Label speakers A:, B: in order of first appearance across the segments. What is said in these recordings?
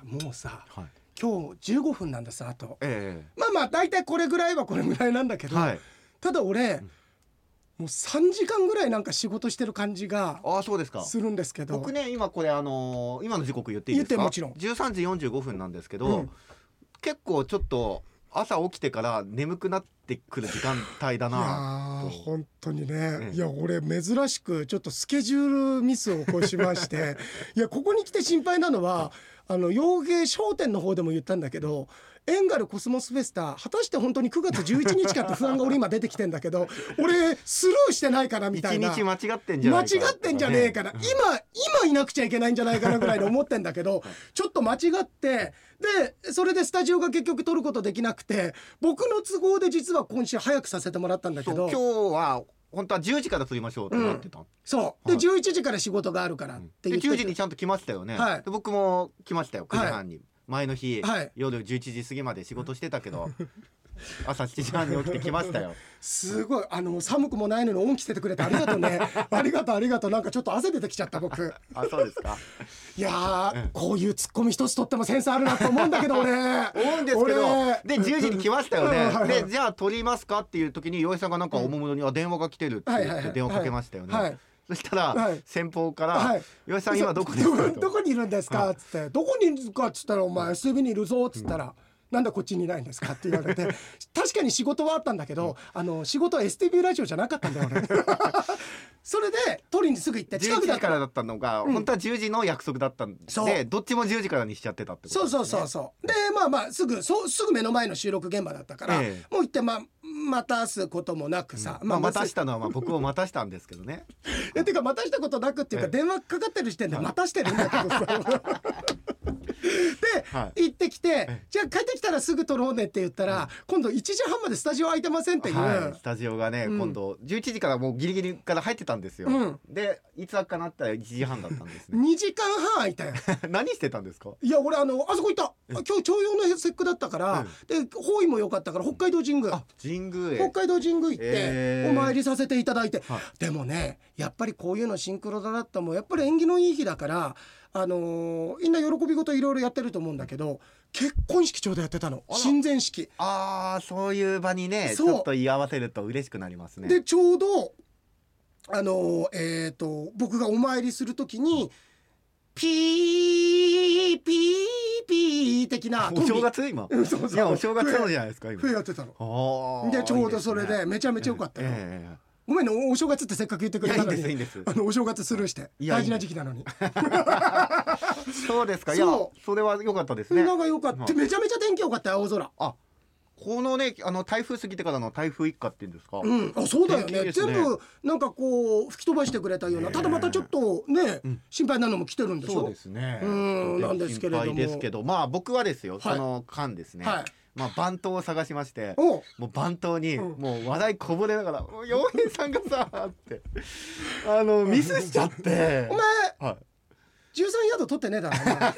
A: もうさ、
B: はい、
A: 今日15分なんださあと、
B: ま
A: まあ大体これぐらいはこれぐらいなんだけど、
B: はい、
A: ただ俺、もう3時間ぐらいなんか仕事してる感じが
B: そうですか。
A: するんですけど、
B: 僕ね今これ今の時刻言っていいですか？
A: 言ってもちろん
B: 13時45分なんですけど、結構ちょっと朝起きてから眠くなってくる時間帯だなと。
A: いや本当にね、いや俺珍しくちょっとスケジュールミスを起こしましていやここに来て心配なのは洋芸商店の方でも言ったんだけど、エンガルコスモスフェスタ果たして本当に9月11日かって不安が俺今出てきてんだけど俺スルーしてないかなみたいな、
B: 1日間違ってんじゃないか、
A: 間違ってんじゃねえかな、今いなくちゃいけないんじゃないかなぐらいで思ってんだけどちょっと間違ってでそれでスタジオが結局撮ることできなくて、僕の都合で実は今週早くさせてもらったんだけど、
B: 今日は本当は10時から撮りましょうってなってた、
A: そうで、11時から仕事があるからって言って
B: で10時にちゃんと来ましたよね、で僕も来ましたよ9時半に、前の日、夜11時過ぎまで仕事してたけど朝7時半に起きてきましたよ。
A: すごい寒くもないのに恩着せてくれてありがとうねありがとうなんかちょっと汗出てきちゃった僕
B: そうですか。
A: いやこういうツッコミ一つとってもセンスあるなと思うんだけど俺
B: 思うんですけどで10時に来ましたよねでじゃあ撮りますかっていう時に岩井さんがなんかおもむろに電話が来てるって言って電話かけましたよね。そしたら先方から「岩井さん今どこですか?」
A: どこにいるんですか?」っつって「どこにいるか?」っつったら「お前 SB にいるぞ」っつったらなんでこっちにいないんですかって言われて確かに仕事はあったんだけど、仕事は STV ラジオじゃなかったんだよ俺それで取りにすぐ行って
B: 近くだからだったのが、本当は10時の約束だったんでどっちも10時からにしちゃってたってことですね。
A: そうでまあすぐ目の前の収録現場だったから、もう行って待たすこともなくさ、
B: 待たしたのは僕を待たしたんですけどね
A: てか待たしたことなくっていうか、電話かかってる時点で待たしてるんだけどさで、行ってきて、じゃあ帰ってきたらすぐ撮ろうねって言ったら、今度1時半までスタジオ空いてませんっていう、
B: スタジオがね、今度11時からもうギリギリから入ってたんですよ、でいつかなったら1時半だったんですね
A: 2時間半空いたよ
B: 何してたんですか？い
A: や俺あそこ行った、今日朝陽の節句だったから、で方位も良かったから北海道神宮、北海道神宮行って、お参りさせていただいて、でもねやっぱりこういうのシンクロだなってもやっぱり縁起のいい日だからみんな喜び事いろいろやってると思うんだけど、結婚式ちょうどやってたの、親善式。
B: そういう場にねちょっと居合わせると嬉しくなりますね。
A: でちょうど僕がお参りするときにピーピーピー的な
B: お正月今いやお正月なのじゃないですか今
A: 冬やってたのでちょうどそれでめちゃめちゃ良かったよ。ごめんねお正月ってせっかく言ってくれたのに、
B: いいんです
A: お正月スルーして大事な時期なのに
B: そうですか。いやそれは良かったですね。
A: なんか良かった、めちゃめちゃ天気良かったよ青空。
B: このね台風過ぎてからの台風一過っていうんですか、
A: そうだよね、全部なんかこう吹き飛ばしてくれたような、ただまたちょっとね、心配なのも来てるんでしょ。
B: そうですね、
A: なんですけれども、
B: 心配ですけど、僕はですよ、その間ですね、番頭を探しまして、もう番頭にもう話題こぼれながら「洋平さんがさ」ってミスしちゃって
A: お前、13ヤード取ってねえだろ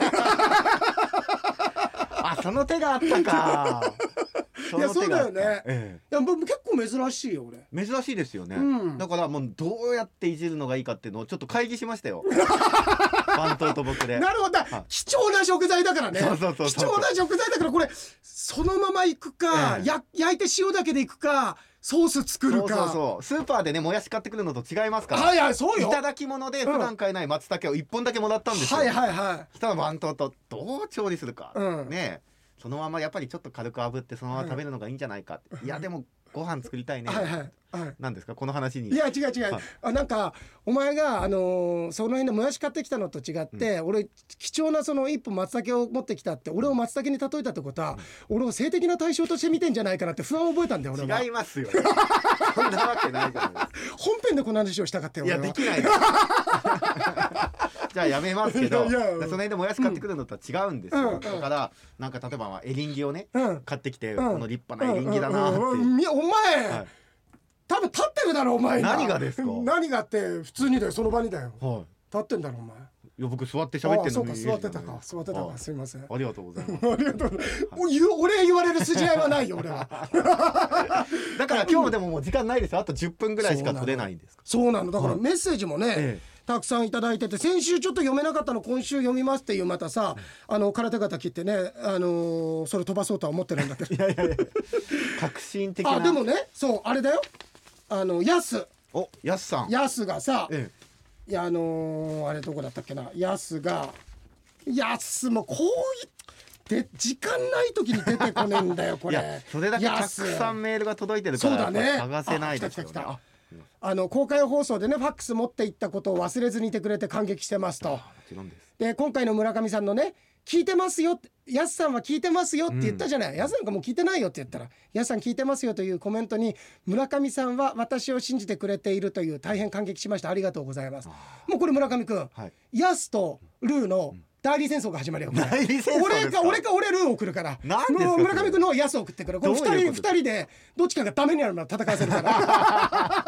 B: その手があったか
A: いやそうだよね、いや結構珍しいよ俺。
B: 珍しいですよね、だからもうどうやっていじるのがいいかっていうのをちょっと会議しましたよ番頭と僕で。な
A: るほど、貴重な食材だからね。貴重な食材だからこれそのままいくか、焼いて塩だけでいくかソース作るか。
B: スーパーでねもやし買ってくるのと違いますから。
A: そうよ。
B: いただき物で普段買えない松茸を1本だけもらったんですよ。そしたら番頭とどう調理するか、ねそのままやっぱりちょっと軽く炙ってそのまま食べるのがいいんじゃないかって、いやでもご飯作りたいね。なんですかこの話に。
A: いや違う、なんかお前がその辺でもやし買ってきたのと違って、俺貴重なその一本松茸を持ってきたって、俺を松茸に例えたってことは、俺を性的な対象として見てんじゃないかなって不安を覚えたんだよ俺は。
B: 違いますよそんなわけないじゃないですか。
A: 本編でこの話をしたかったよ俺は。
B: いやできないじゃあやめますけどその辺でもやし買ってくるのとは違うんですよ、だからなんか例えばエリンギをね、買ってきて、この立派なエリンギだなって、お
A: 前、多分立ってるだろお前。
B: 何がですか？
A: 何がって普通にだよ、その場にだよ、立ってんだろお前。
B: いや僕座って喋ってんのに。
A: そうか座ってたかすいません。
B: ありがとうございます。
A: ありがとう。俺言われる筋合いはないよ俺は
B: だから今日でももう時間ないですよ。あと10分ぐらいしか取れないんですか。
A: そうなの、だからメッセージもね、 たくさんいただいてて、先週ちょっと読めなかったの今週読みますっていうまたさ、空手方切ってね、それ飛ばそうとは思ってるんだけど
B: いやいやいや革新的な。
A: でもね、そうあれだよ、ヤス
B: さん
A: がさ、いやあれどこだったっけな、ヤスもこうで時間ない時に出てこねえんだよこれ。いや
B: それだけたくさんメールが届いてるから探せないですよね。
A: 公開放送でねファックス持っていったことを忘れずにいてくれて感激してますと。で今回の村上さんのね、聞いてますよって、やすさんは聞いてますよって言ったじゃない、やすなんかもう聞いてないよって言ったら、やすさん聞いてますよというコメントに、村上さんは私を信じてくれているという、大変感激しました、ありがとうございます。もうこれ村上くん、やすとルーの代理戦争が始まるよ。
B: 代理戦争ですか。
A: 俺ルーを送るから、もう村上くんのやすを送ってくる。この2人でどっちかがダメになるまで戦わせるから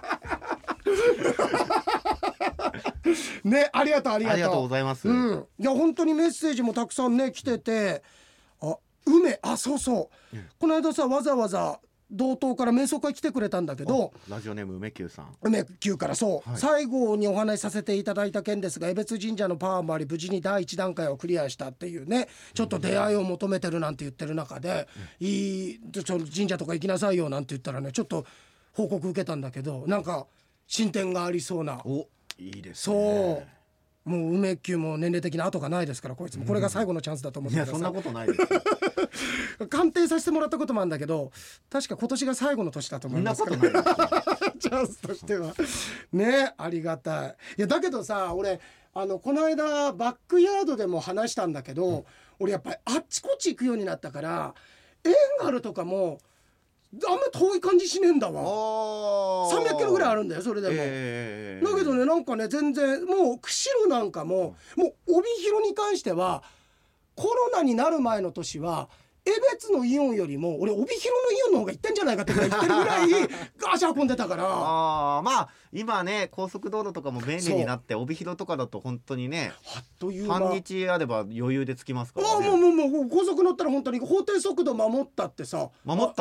A: ね、ありがとう
B: ございます。
A: いや本当にメッセージもたくさんね来てて、そうそう、この間さわざわざ道東から瞑想会来てくれたんだけど、
B: ラジオネーム梅久さん、
A: 梅久からそう、最後にお話しさせていただいた件ですが、江別神社のパワーもあり無事に第1段階をクリアしたっていうね、ちょっと出会いを求めてるなんて言ってる中で、神社とか行きなさいよなんて言ったらね、ちょっと報告受けたんだけど、なんか進展がありそうな。
B: いいですね。
A: そうもう梅久も年齢的な後がないですから、こいつもこれが最後のチャンスだと思ってください。
B: いやそんなことないです
A: 鑑定させてもらったこともあるんだけど、確か今年が最後の年だと思いますから、
B: そんなことない
A: チャンスとしてはね、ありがたい。いやだけどさ、俺この間バックヤードでも話したんだけど、俺やっぱりあっちこっち行くようになったから、エンガルとかもあんま遠い感じしねえんだわ。300キロぐらいあるんだよそれでも、だけどね、なんかね全然もう釧路なんかも、もう帯広に関してはコロナになる前の年は江別のイオンよりも俺帯広のイオンの方が行ってんじゃないかって言ってるぐらい足運んでたから
B: まあ今ね高速道路とかも便利になって、帯広とかだと本当にね
A: あっという間、
B: 半日あれば余裕で着きますからね。
A: もう高速乗ったら本当に法定速度守ったってさ
B: 守って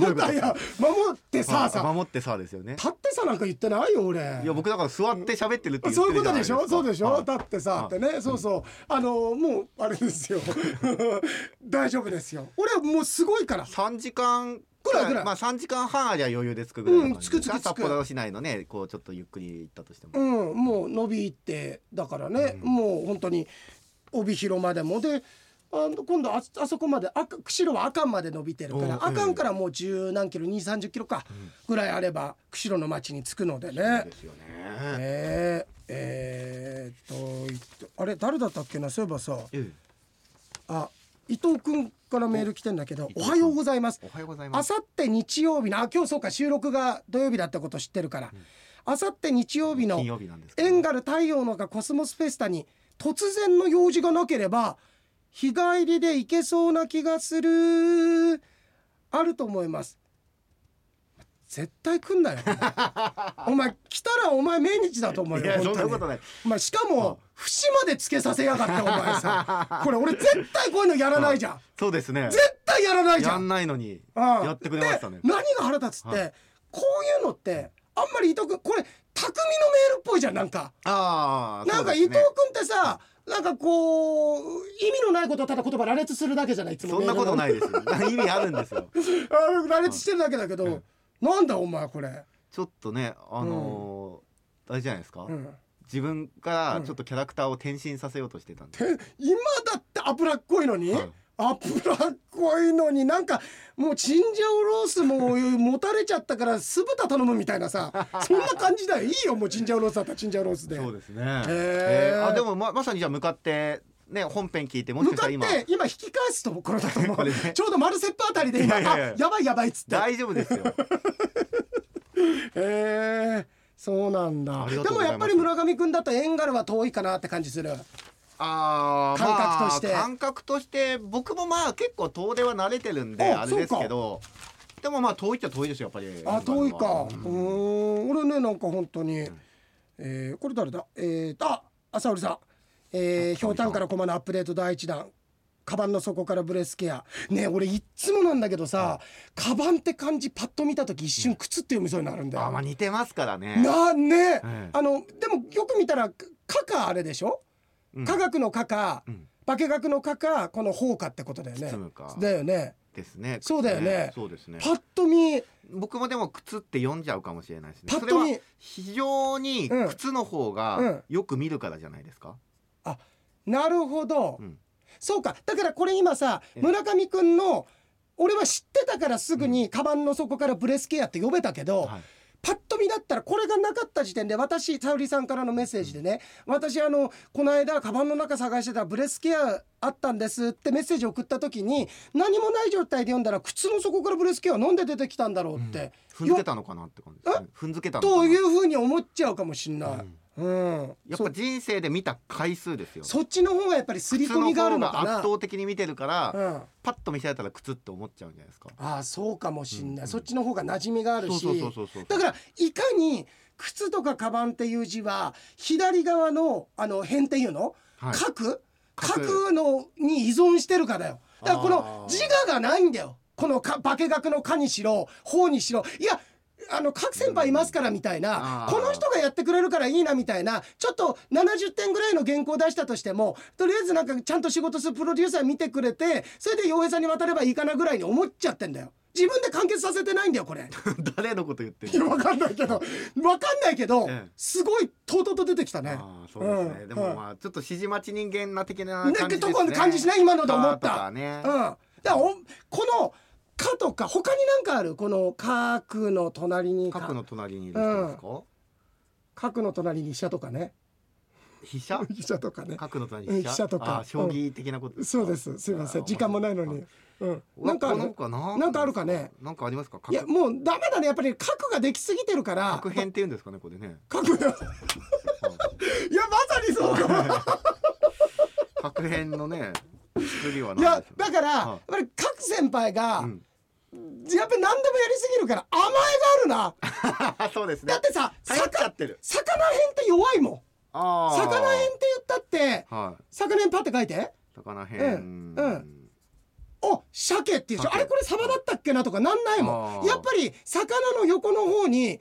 B: さですよね。
A: 立ってさなんか言ってないよ俺。
B: いや僕だから座って喋ってるって言ってるじゃないですか。
A: そういうことでしょ、そうでしょ、立ってさってね、そうそうもうあれですよ大丈夫ですよ。俺はもうすごいから
B: 3時間ぐらい、まあ3時間半ありゃ余裕で着くぐらいの感じですか。札幌市内のねこうちょっとゆっくり行ったとしても、
A: もう伸び行ってだからね、もう本当に帯広までもで、今度あそこまで釧路は阿寒まで伸びてるから、阿寒からもう10何キロ20-30キロかぐらいあれば釧路の町に着くのでね。
B: ですよね。
A: あれ誰だったっけな、そういえばさ、伊藤くんからメール来てんだけど、おはようございます。あさって日曜日の今日そうか収録が土曜日だったこと知ってるから、あさって日曜日のエンガル太陽の丘コスモスフェスタに突然の用事がなければ日帰りで行けそうな気がする。あると思います。絶対来んなよお前来たらお前命日だと思うよ。
B: いやそんなことない。
A: お前しかも節までつけさせやがってお前さこれ俺絶対こういうのやらないじゃん。
B: そうですね、
A: 絶対やらないじゃん。
B: やんないのにやってくれましたね。
A: 何が腹立つって、こういうのってあんまり伊藤君これ匠のメールっぽいじゃん。なんかなんか伊藤君ってさ、なんかこう意味のないことをただ言葉羅列するだけじゃない。いつも
B: そんなことないですよ意味あるんですよ
A: 羅列してるだけだけど、なんだお前これ
B: ちょっとねあれじゃないですか、自分からちょっとキャラクターを転身させようとしてたんで、
A: 今だって脂っこいのに、脂っこいのになんかもうチンジャオロースも持たれちゃったから酢豚頼むみたいなさそんな感じだよ。いいよもうチンジャオロースだったらチンジャオロースで。
B: そうですね。でも まさにじゃあ向かってね本編聞いてもしかしたら今引
A: き返すところだと思うちょうどマルセップあたりで今やばいっつって
B: 大丈夫ですよ
A: そうなんだ。でもやっぱり村上くんだとエンガルは遠いかなって感じする。感覚として僕もまあ結構遠出は慣れてるんであれですけど、でもまあ遠いっちゃ遠いですよやっぱり。遠いか。俺ねなんか本当に、これ誰だ、朝織さん、ひょうたんからコマのアップデート第1弾カバンの底からブレスケアね。俺いっつもなんだけどさ、カバンって漢字パッと見た時一瞬靴って読みそうになるんだよ。
B: まあ似てますからね。
A: ね、でもよく見たら科かあれでしょ、科学の科か、化学の科かこの法かってことだよね。だよね。
B: ですね。
A: そうだよね。
B: そうですね。
A: パッと見
B: 僕もでも靴って読んじゃうかもしれないですね。
A: パッと見
B: それは非常に靴の方がよく見るからじゃないですか。
A: あ、なるほど、そうか。だからこれ今さ、村上くんの俺は知ってたからすぐにカバンの底からブレスケアって呼べたけど、パッと見だったらこれがなかった時点で、私沙織さんからのメッセージでね、私この間カバンの中探してたらブレスケアあったんですってメッセージを送った時に、何もない状態で読んだら靴の底からブレスケアはなんで出てきたんだろうって、
B: 踏んづけたのかなって感じですね。踏んづけたのかな
A: というふうに思っちゃうかもしんない。
B: やっぱ人生で見た回数ですよ。
A: そっちの方がやっぱり刷り込みがあるのかな。
B: 圧倒的に見てるから、パッと見せられたら靴って思っちゃうんじゃないですか。
A: ああ、そうかもしんない、そっちの方が馴染みがあるし、だからいかに靴とかカバンっていう字は左側の辺っていうの、書くのに依存してるかだよ。だからこの自我がないんだよ。この化学の科にしろ法にしろ、いや各先輩いますからみたいな、この人がやってくれるからいいなみたいな、ちょっと70点ぐらいの原稿を出したとしても、とりあえずなんかちゃんと仕事するプロデューサー見てくれて、それで洋平さんに渡ればいいかなぐらいに思っちゃってんだよ。自分で完結させてないんだよこれ。
B: 誰のこと言ってる？
A: いや分かんないけどすごいとうとうと出てきたね。
B: そうですね。でもまあちょっと指示待ち人間な的な感じですね。
A: とこの感じしない？今のと思った。だからこのかとか他に何かある？この角の隣に
B: 角の隣にいる人ですか？
A: 角の隣に飛車とかね。
B: 飛車
A: とかね。
B: 角の隣に飛車とか。将棋的なこと。
A: そうです。すいません。時間もないのに。なんかあるかね。
B: なんかありますか？
A: いやもうダメだね。やっぱり角ができすぎてるから。
B: 角変って言うんですかねこれね。
A: 角。いやまさにそうか。
B: 角変のね。
A: いやだからやっぱり各先輩がやっぱり何でもやりすぎるから甘えがあるな。
B: そうですね。
A: だってさ、魚辺って弱いもん。魚辺って言ったって魚辺パって書いて
B: 魚辺
A: お鮭っていうし、あれこれサバだったっけなとかなんないもん。やっぱり魚の横の方に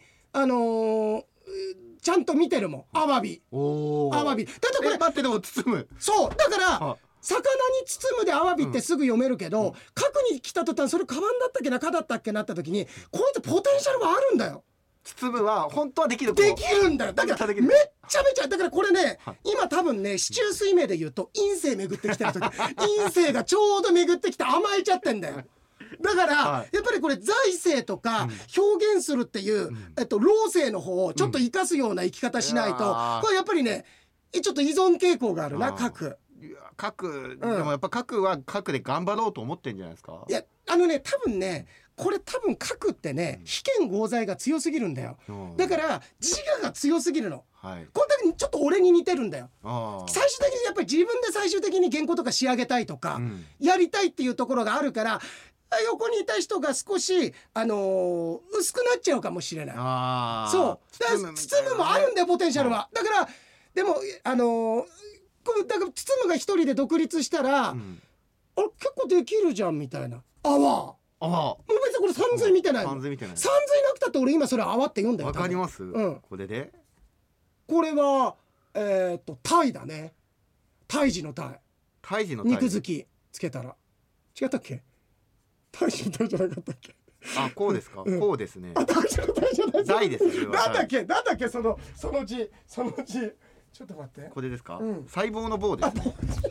A: ちゃんと見てるもん。アワビだってこれ
B: 待って、でも包む。
A: そうだから魚に包むでアワビってすぐ読めるけど、角に来た途端それカバンだったっけな、カだったっけなった時にこいつポテンシャルはあるんだよ。
B: 包むは本当はできる
A: んだよ。だからめっちゃめちゃだからこれね、今多分ね四柱推命で言うと陰性巡ってきてる時陰性がちょうど巡ってきて甘えちゃってんだよ。だから、やっぱりこれ財政とか表現するっていう、老政の方をちょっと生かすような生き方しないと、これやっぱりねちょっと依存傾向があるな。角
B: でもやっぱ角は角で頑張ろうと思ってんじゃないですか。
A: いや多分ねこれ多分角ってね非剣豪罪が強すぎるんだよ。だから自我が強すぎるの。この時にちょっと俺に似てるんだよ。最終的にやっぱり自分で最終的に原稿とか仕上げたいとか、やりたいっていうところがあるから、横にいた人が少し薄くなっちゃうかもしれない。そうだから包むもあるんだよポテンシャルは。だからでもだから包むが一人で独立したら、結構できるじゃんみたいな。もう別にこれ三髄見てない。三髄なくたって俺今それ泡って読んだよ。
B: わかります？これで
A: これは鯛だね。胎児の鯛。肉付きつけたら違ったっけ？胎児の鯛じゃなかったっけ？
B: こうですか？こうですね。
A: 胎児の鯛じゃない。
B: 鯛です。
A: なんだっけその字ちょっと待って。
B: これですか？細胞の棒ですね。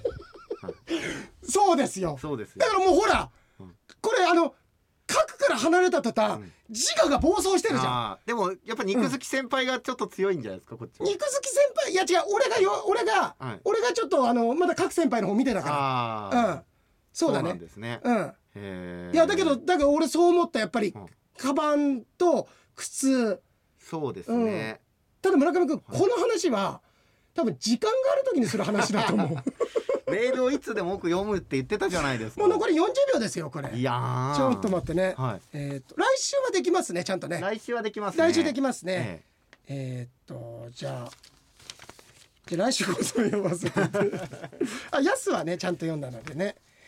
A: そうですよ。だからもうほら、これ角から離れた途端、自我が暴走してるじゃん。
B: でもやっぱ肉付き先輩がちょっと強いんじゃないですかこっち。肉
A: 付き先輩いや違う、俺がちょっとまだ角先輩の方見てたから。そうだね。いやだから俺そう思った。やっぱりカバンと靴。
B: そうですね。
A: ただ村上君この話は多分時間がある時にする話だと思う。
B: メールをいつでも多く読むって言ってたじゃないですか。
A: もう残り40秒ですよこれ。
B: いや
A: ちょっと待ってね。来週はできますねちゃんとね。
B: 来週はできますね。
A: 来週できますね。じゃあ来週こそ読ませて。ヤスはねちゃんと読んだのでね。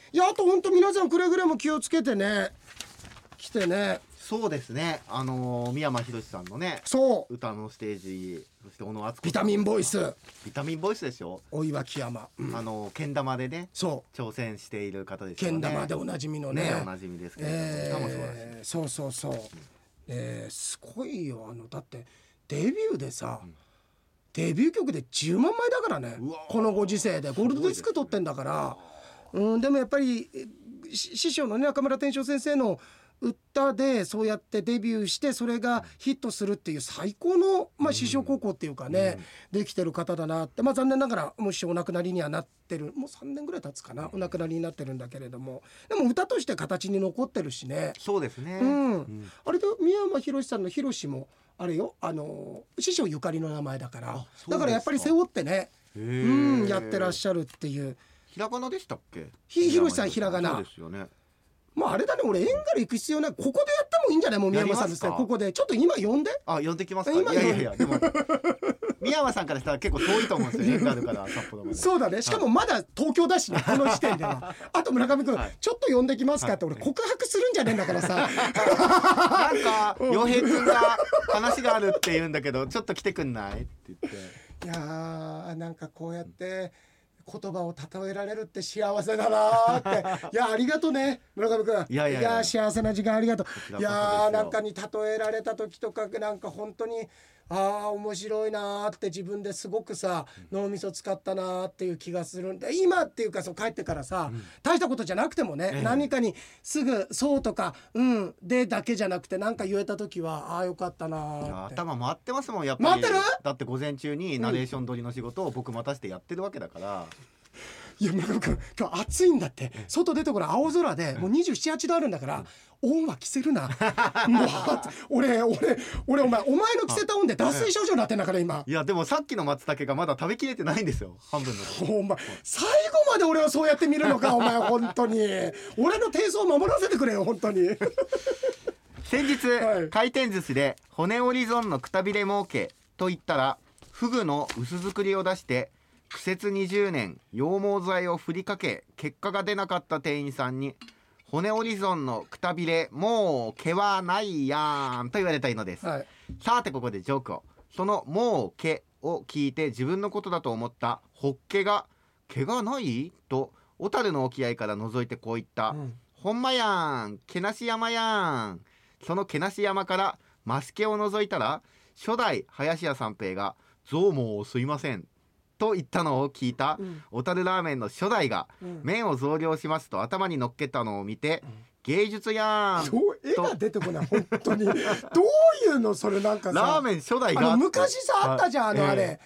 A: いやあと本当皆さんくれぐれも気をつけてね来てね。
B: そうですね、三山ひろしさんのね
A: そう
B: 歌のステージ、そして小野敦子
A: ビタミンボイス
B: でしょ。
A: 大岩木山、
B: けん玉でね
A: そう
B: 挑戦している方ですよね。
A: けん玉でおなじみのね
B: おなじみですけど、歌も素晴らしい。
A: そう、すごいよ。だってデビューでさ、デビュー曲で10万枚だからね。このご時世でゴールドディスク取ってんだから、でもやっぱり師匠のね中村天正先生の歌でそうやってデビューしてそれがヒットするっていう最高の、師匠高校っていうかね、できてる方だなって。残念ながらもう師匠お亡くなりにはなってる、もう3年ぐらい経つかな、お亡くなりになってるんだけれども、でも歌として形に残ってるしね。
B: そうですね、
A: あれで宮山ひろしさんのひろしもあれよ、師匠ゆかりの名前だから、だからやっぱり背負ってね、やってらっしゃるっていう。
B: ひらがなでしたっけ？
A: ひろしさんひらがな。
B: そうですよね。
A: あれだね、俺縁から行く必要ない。ここでやってもいいんじゃない？もう宮山さんですね。ここでちょっと今呼んで。
B: 呼んできますか。いやでも宮山さんからしたら結構遠いと思うんですよ。縁があるから札幌まで。
A: そうだね。しかもまだ東京だしね、この時点では。あと村上君、ちょっと呼んできますかって俺告白するんじゃねえんだからさ。
B: なんか洋平君が話があるって言うんだけど、ちょっと来てくんないって言って。
A: いやなんかこうやって。言葉を例えられるって幸せだなって。いやありがとうね村上君。いや幸せな時間ありがとう。いやなんかに例えられた時とかなんか本当に面白いなって自分ですごくさ脳みそ使ったなっていう気がするんで、今っていうかそう帰ってからさ、大したことじゃなくてもね、何かにすぐそうとかでだけじゃなくてなんか言えた時はよかったなって。
B: 頭回ってますもんやっぱり。
A: 回ってる？
B: だって午前中にナレーション撮りの仕事を僕待たせてやってるわけだから。
A: いや村上君今日暑いんだって。外出てこれ青空でもう27、8度あるんだから、オンは着せるな。もう俺お前の着せたオンで脱水症状になってんだから今。
B: いやでもさっきの松茸がまだ食べきれてないんですよ、半分の。
A: お前最後まで俺をそうやって見るのかお前。本当に俺の低層を守らせてくれよ本当に。
B: 先日、回転寿司で骨折り損のくたびれ儲けと言ったらフグの薄作りを出して苦節20年羊毛剤を振りかけ結果が出なかった店員さんに骨折り損のくたびれもう毛はないやんと言われたいのです、さてここでジョークを。そのもう毛を聞いて自分のことだと思ったホッケが毛がないと小樽の沖合から覗いてこう言った、ほんまやん毛なし山やん。その毛なし山からマス毛を覗いたら初代林家三平がどうもすいませんと言ったのを聞いた、小樽ラーメンの初代が、麺を増量しますと頭に乗っけたのを見て、芸術やん
A: 絵が出てこない本当に。どういうのそれ。なんかさ
B: ラーメン初代が
A: 昔さあったじゃん、あれ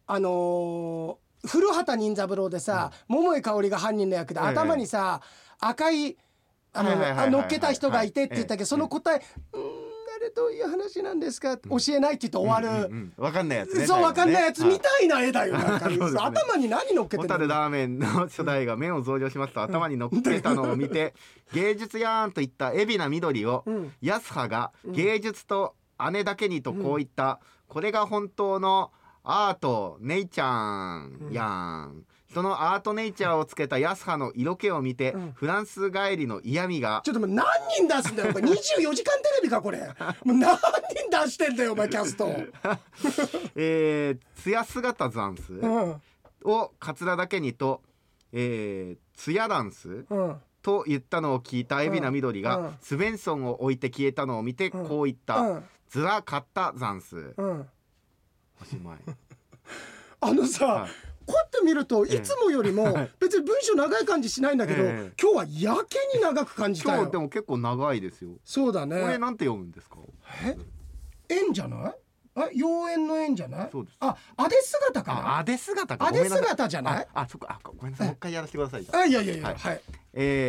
A: 古畑任三郎でさ、桃井かおりが犯人の役で、頭にさ赤い乗っけた人がいてって言ったけど、その答えあれどういう話なんですか、教えないって言って終わる、
B: 分かんないやつね。
A: そう分かんないやつみたいな絵だよ。なんか頭に何乗っけてるの。
B: 小樽ラーメンの初代が麺を増量しますと頭に乗っけたのを見て、芸術やんと言った海老名緑を、安葉が芸術と姉だけにとこう言った、これが本当のアートネイチャーやん。そのアートネイチャーをつけた安葉の色気を見て、フランス帰りの嫌味が。
A: ちょっと何人出すんだよこれ。24時間テレビかこれ。もう何人出してんだよお前キャスト。
B: つや姿ザンスをカツラだけにと、つやダンス、と言ったのを聞いた海老名緑が、スベンソンを置いて消えたのを見てこう言った、ずらかったザンス、おしまい。
A: こうやって見るといつもよりも別に文章長い感じしないんだけど、今日はやけに長く感じたよ。
B: 今日でも結構長いですよ。
A: そうだね。
B: これなんて読むんですか？
A: 円じゃない？妖艶の円じゃない？
B: そうです。
A: あで姿かな。
B: あで姿か。
A: あで姿じゃない？
B: そっか。ごめんなさい。もう一回やらせてください。
A: いやはい。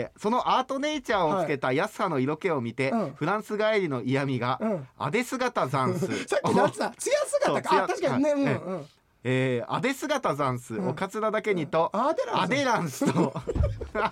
B: そのアートネイチャーをつけた安葉の色気を見て、フランス帰りの嫌味が、あで姿ザンス。
A: さっきのやつだ。つや姿か。確かにね。
B: アデ姿ザンスおかつらだけにと、アデランスと。そりゃ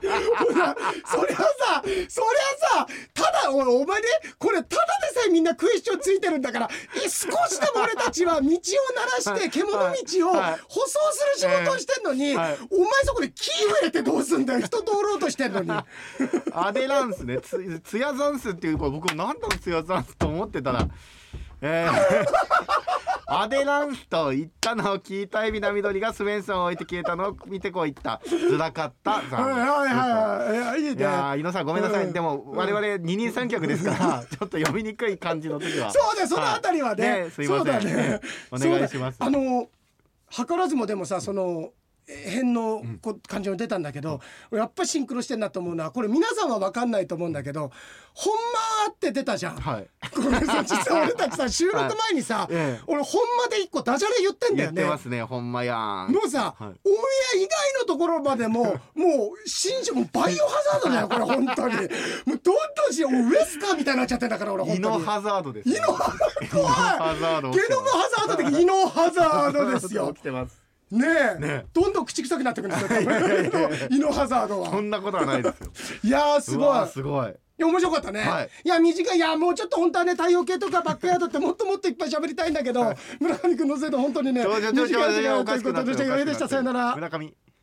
A: さただお前ね、これただでさえみんなクエスチョンついてるんだから、少しでも俺たちは道を鳴らして獣道を舗装する仕事をしてんのに、お前そこでキーを入れてどうすんだだよ、人通ろうとしてんのに
B: アデランスね、ツヤザンスっていう、これ僕何だろうツヤザンスと思ってたらアデランスと言ったのを聞いた海老名緑がスベンソンを置いて消えたのを見てこう言った。ずらかった
A: はいいいね。
B: いや井野さんごめんなさい、でも我々二人三脚ですからちょっと読みにくい感じの時は
A: そうね、そのあたりはね、
B: すいません、ね、お願いします。
A: 図らずもでもさ、その変の感じの出たんだけど、やっぱシンクロしてんなと思うのは、これ皆さんは分かんないと思うんだけど、ほんまって出たじゃん、
B: はい、
A: これさ、実は俺たちさ収録前にさ、俺ほんまで一個ダジャレ言ってんだよね。
B: 言ってますね、ほんまやん。
A: もうさ、オンエア以外のところまでももうバイオハザードだよこれ本当に。もうどんどんしよう、ウエスカーみたいになっちゃってんだから俺本当に。
B: イノハザードです、
A: イノハザード、ゲノムハザード的イノハザードですよ。
B: 起きてます
A: ねえ、どんどん口臭くなってくるんですよイノハザードは。
B: そんなことはないですよ。
A: いやすごい、
B: すごい。
A: いや面白かったね、いや短い、いやもうちょっと本当はね、太陽系とかバックヤードってもっともっといっぱい喋りたいんだけど、村上君のせいで本当にね、
B: 短い時間がおかしくなって、
A: ということでした。さよなら。
B: 村上。